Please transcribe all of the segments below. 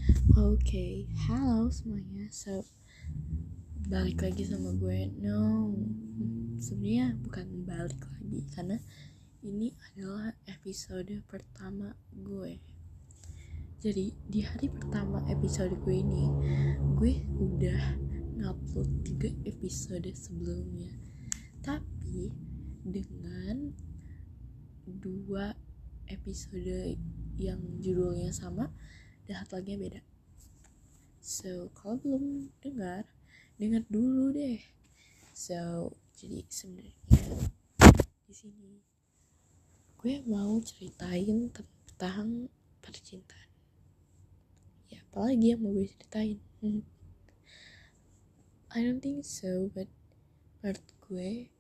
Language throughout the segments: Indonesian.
Oke, halo semuanya. So, balik lagi sama gue. No, sebenarnya bukan balik lagi karena ini adalah episode pertama gue. Jadi di hari pertama episode gue ini, gue udah ngupload 3 episode sebelumnya. Tapi dengan 2 episode yang judulnya sama dan satu lagi beda. So, kalau belum dengar dulu deh. So, jadi sebenarnya di sini gue mau ceritain tentang percintaan. Ya, apalagi yang mau gue ceritain? I don't think so, but menurut gue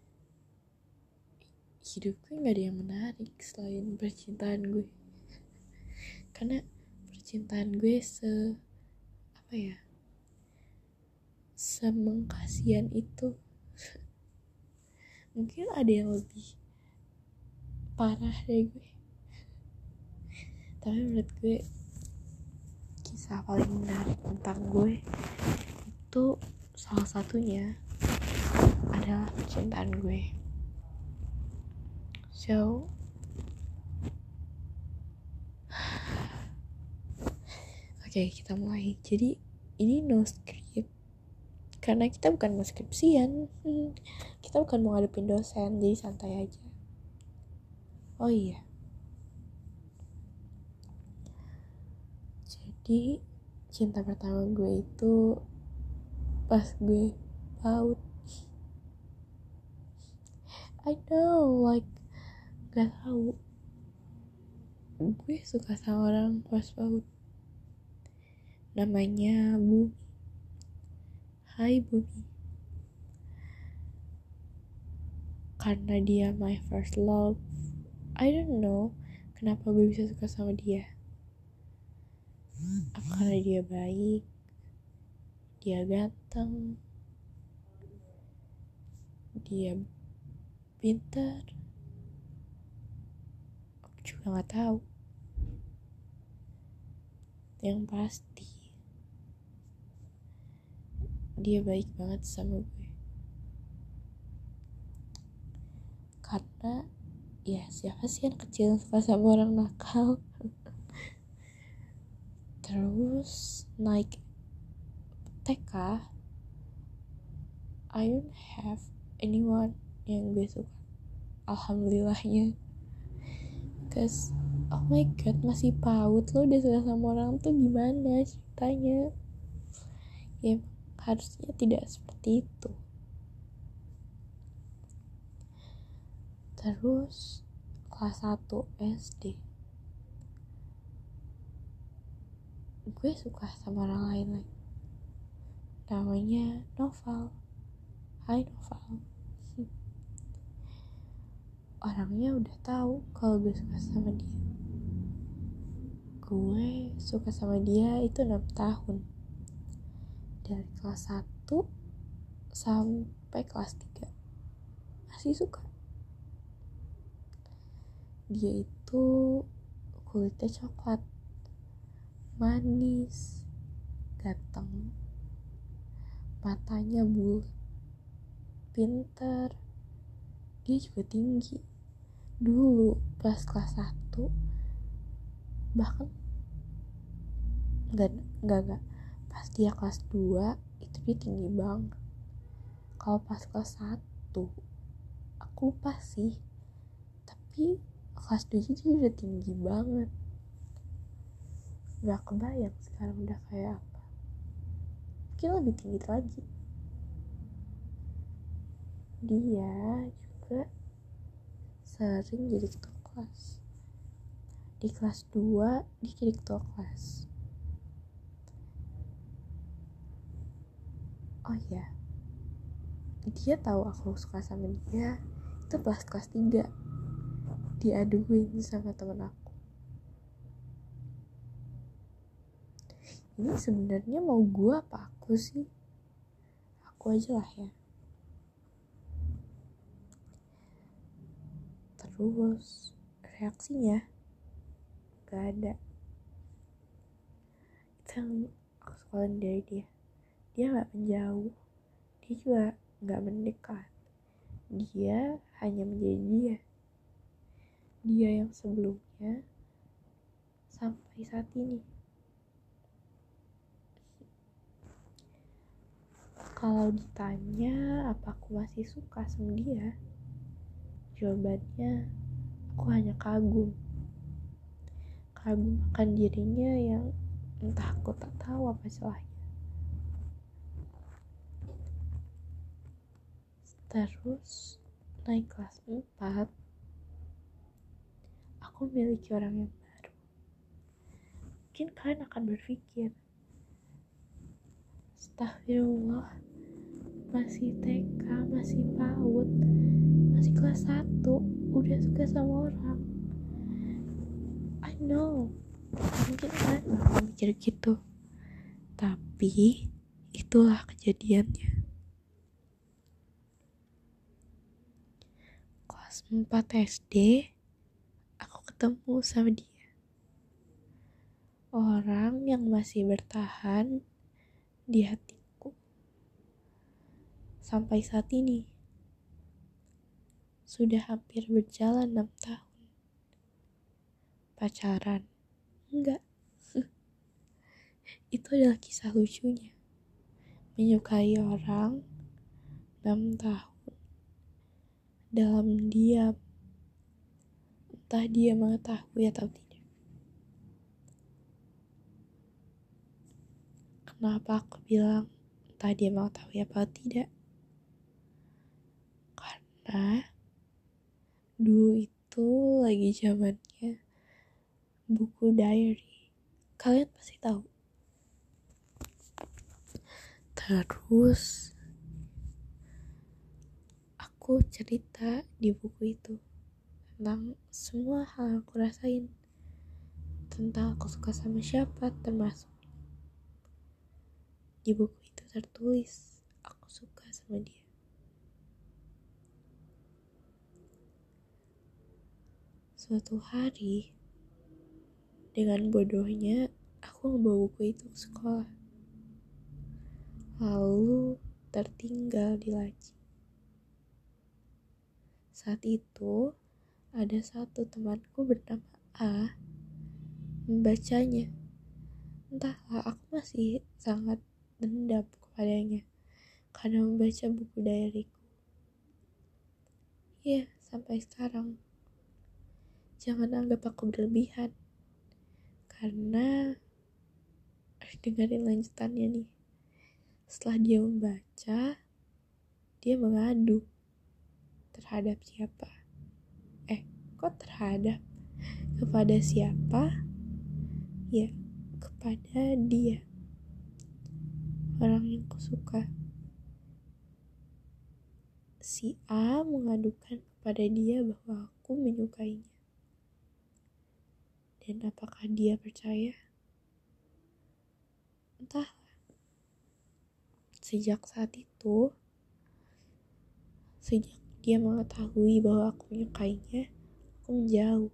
hidup gue nggak ada yang menarik selain percintaan gue. Karena percintaan gue semengkasihan itu. Mungkin ada yang lebih parah dari gue, tapi menurut gue kisah paling menarik tentang gue itu salah satunya adalah percintaan gue. So, oke, kita mulai. Jadi ini no script karena kita bukan mau skripsian, kita bukan mau ngadepin dosen, jadi santai aja. Oh iya, jadi cinta pertama gue itu pas gue PAUD. I know, like, gak tahu, gue suka sama orang pas PAUD. Namanya Bumi. Hai Bumi. Karena dia my first love. I don't know kenapa gue bisa suka sama dia. Apa karena dia baik, dia ganteng, dia pintar? Aku juga gak tahu. Yang pasti dia baik banget sama gue. Karena ya siapa sih yang kecil suka sama orang nakal. Terus naik TK, I don't have anyone yang gue suka, alhamdulillahnya. Cause oh my god, masih PAUD lo udah suka sama orang tuh gimana ceritanya? Ya harusnya tidak seperti itu. Terus kelas 1 SD gue suka sama orang lain lagi, namanya Noval. Hai Noval. Orangnya udah tahu kalau gue suka sama dia. Gue suka sama dia itu 6 tahun, dari kelas 1 sampai kelas 3 masih suka. Dia itu kulitnya coklat, manis, ganteng, matanya bulat, pinter, dia juga tinggi. Dulu pas kelas 1, bahkan enggak, pas dia kelas 2 itu dia tinggi banget. Kalau pas kelas 1 aku lupa sih, tapi kelas 2 dia udah tinggi banget. Gak kebayang sekarang udah kayak apa, mungkin lebih tinggi lagi. Dia juga sering jadi ketua kelas. Di kelas 2 dia jadi ketua kelas. Oh iya, dia tahu aku suka sama dia itu pas kelas 3. Diaduin sama temen aku. Ini sebenarnya mau gue apa aku sih? Aku aja lah ya. Terus reaksinya gak ada. yang aku sukain dari dia. Dia gak menjauh, dia juga gak mendekat. Dia hanya menjadi dia. Dia yang sebelumnya sampai saat ini. Kalau ditanya apa aku masih suka sama dia, jawabannya aku hanya kagum. Kagum akan dirinya yang entah aku tak tahu apa salahnya. Terus naik kelas 4, aku memiliki orang yang baru. Mungkin kalian akan berpikir, astagfirullah, masih TK, masih PAUD, masih kelas 1, udah suka sama orang. I know, mungkin kalian bakal mikir gitu, tapi itulah kejadiannya. Kelas 4 SD, aku ketemu sama dia. Orang yang masih bertahan di hatiku sampai saat ini. Sudah hampir berjalan 6 tahun. Pacaran? Enggak. Itu adalah kisah lucunya. Menyukai orang 6 tahun dalam diam. Entah dia mengetahui atau tidak. Kenapa aku bilang entah dia mengetahui atau tidak? Karena dulu itu lagi zamannya buku diary. Kalian pasti tahu. Terus aku cerita di buku itu tentang semua hal yang aku rasain, tentang aku suka sama siapa, termasuk di buku itu tertulis aku suka sama dia. Suatu hari, dengan bodohnya, aku membawa buku itu ke sekolah. Lalu tertinggal di laci. Saat itu, ada satu temanku bernama A membacanya. Entahlah, aku masih sangat dendam kepadanya karena membaca buku diaryku. Ya, sampai sekarang. Jangan anggap aku berlebihan. Karena dengerin lanjutannya nih. Setelah dia membaca, dia mengadu terhadap siapa? Kok terhadap? Kepada siapa? Ya, kepada dia. Orang yang kusuka. Si A mengadukan kepada dia bahwa aku menyukainya. Dan apakah dia percaya? Entah. Sejak saat itu, sejak dia mengetahui bahwa aku menyukainya, aku menjauh.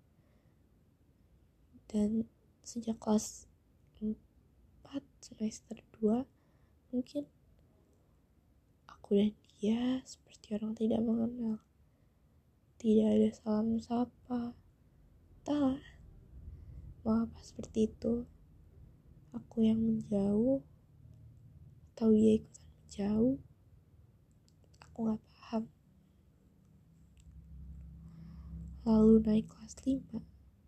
Dan sejak kelas 4 semester 2, mungkin aku dan dia seperti orang tidak mengenal. Tidak ada salam sapa. Entahlah, mengapa seperti itu. Aku yang menjauh atau dia ikutan menjauh, aku gak paham. Lalu naik kelas 5.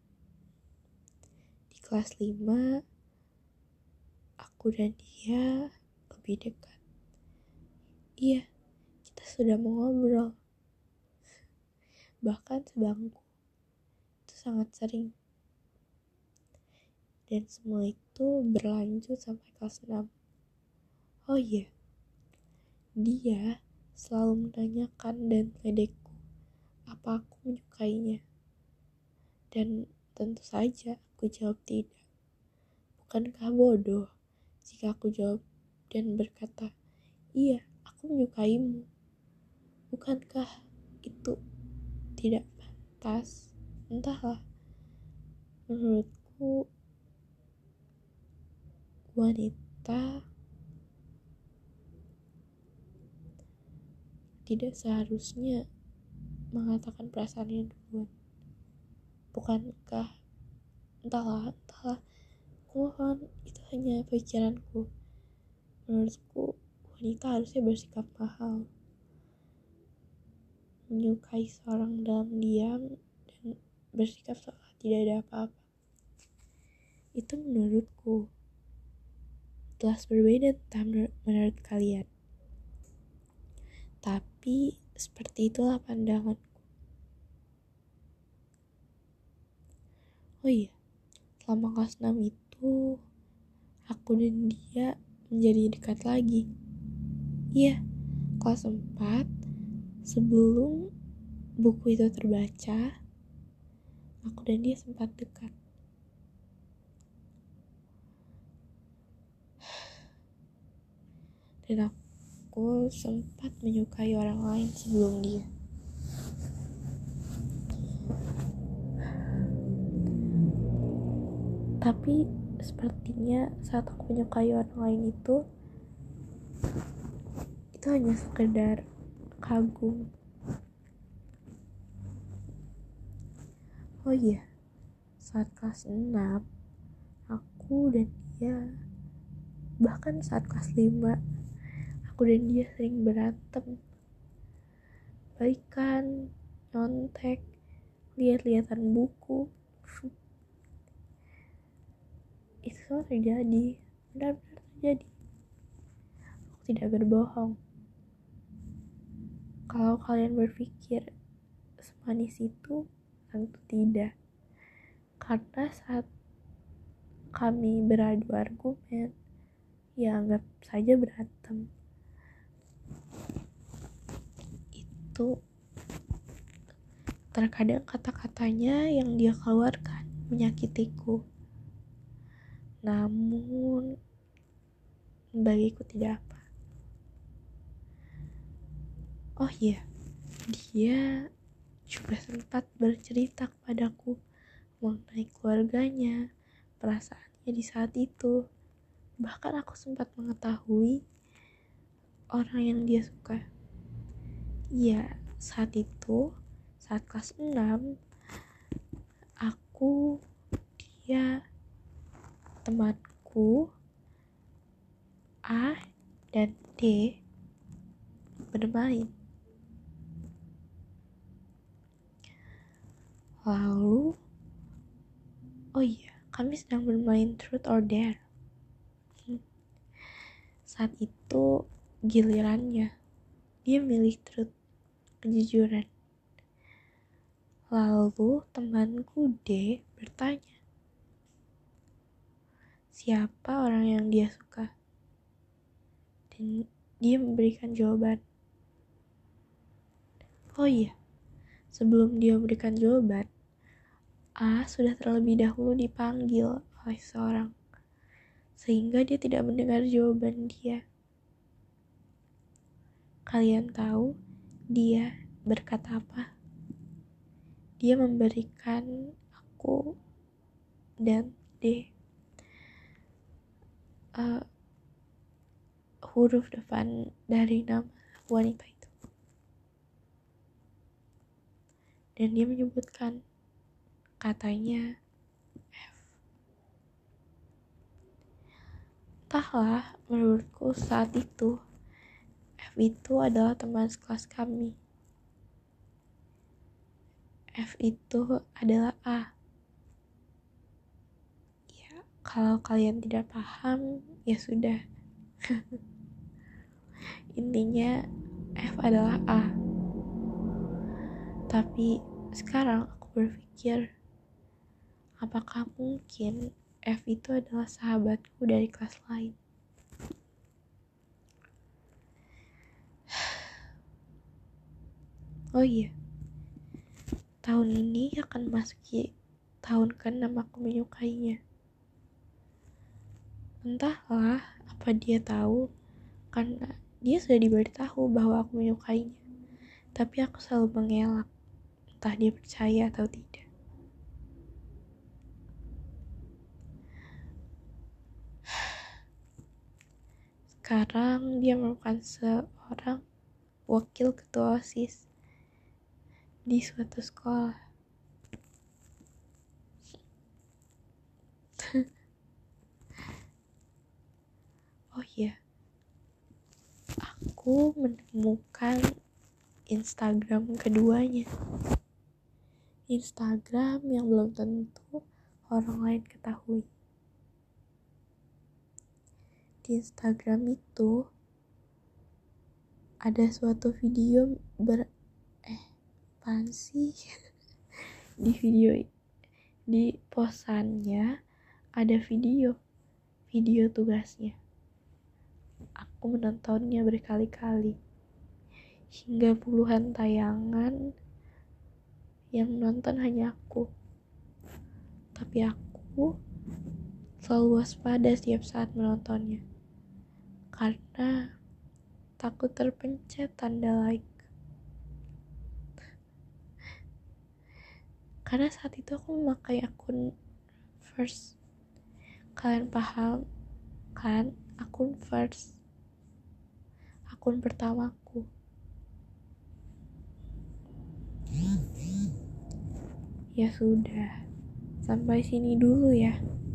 Di kelas 5, aku dan dia lebih dekat. Iya, kita sudah mengobrol. Bahkan sebangku. Itu sangat sering. Dan semua itu berlanjut sampai kelas 6. Oh iya, dia selalu menanyakan dan meledekku apa aku menyukainya. Dan tentu saja aku jawab tidak. Bukankah bodoh jika aku jawab dan berkata, iya, aku menyukaimu. Bukankah itu tidak pantas? Entahlah, menurutku wanita tidak seharusnya mengatakan perasaannya duluan. Bukankah, entahlah, mohon, itu hanya pikiranku. Menurutku, wanita harusnya bersikap mahal, menyukai seorang dalam diam, dan bersikap seolah tidak ada apa-apa. Itu menurutku. Jelas berbeda entah menurut kalian. Tapi seperti itulah pandanganku. Oh iya, selama kelas 6 itu aku dan dia menjadi dekat lagi. Iya, kelas 4 sebelum buku itu terbaca, aku dan dia sempat dekat. Dan aku sempat menyukai orang lain sebelum dia. Tapi sepertinya saat aku menyukai orang lain itu hanya sekedar kagum. Oh iya, saat kelas 6 aku dan dia, bahkan saat kelas 5 aku dan dia sering berantem, baikan, nyontek, lihat-lihatan buku. Itu semua terjadi, benar-benar terjadi. Aku tidak berbohong. Kalau kalian berpikir semanis itu, tentu tidak. Karena saat kami beradu argumen, ya anggap saja berantem, itu terkadang kata-katanya yang dia keluarkan menyakitiku. Namun bagiku tidak apa. Oh iya, dia juga sempat bercerita kepadaku mengenai keluarganya, perasaannya di saat itu. Bahkan aku sempat mengetahui orang yang dia suka. Iya, saat itu, saat kelas 6, aku, dia, temanku A dan D bermain. Lalu, oh iya, kami sedang bermain Truth or Dare. Saat itu gilirannya, dia milih Truth, kejujuran. Lalu temanku D bertanya, siapa orang yang dia suka? Dan dia memberikan jawaban. Oh iya, sebelum dia memberikan jawaban, A sudah terlebih dahulu dipanggil oleh seseorang, sehingga dia tidak mendengar jawaban dia. Kalian tahu dia berkata apa? Dia memberikan aku dan D huruf depan dari nama wanita itu. Dan dia menyebutkan, katanya F. Entahlah, menurutku saat itu F itu adalah teman sekelas kami. F itu adalah A. Ya, kalau kalian tidak paham, ya sudah. Intinya F adalah A. Tapi sekarang aku berpikir, apakah mungkin F itu adalah sahabatku dari kelas lain? Oh iya, tahun ini akan masuki tahun ke-6 aku menyukainya. Entahlah apa dia tahu, karena dia sudah diberitahu bahwa aku menyukainya. Tapi aku selalu mengelak, entah dia percaya atau tidak. sekarang dia merupakan seorang wakil ketua OSIS di suatu sekolah. Oh iya, aku menemukan Instagram keduanya. Instagram yang belum tentu orang lain ketahui. Di Instagram itu ada suatu video apaan sih? Di posannya ada video tugasnya. Aku menontonnya berkali-kali hingga puluhan tayangan yang nonton hanya aku. Tapi aku selalu waspada setiap saat menontonnya karena takut terpencet tanda like. Karena saat itu aku memakai akun First. Kalian paham kan? Akun First, akun pertamaku. Ya sudah, sampai sini dulu ya.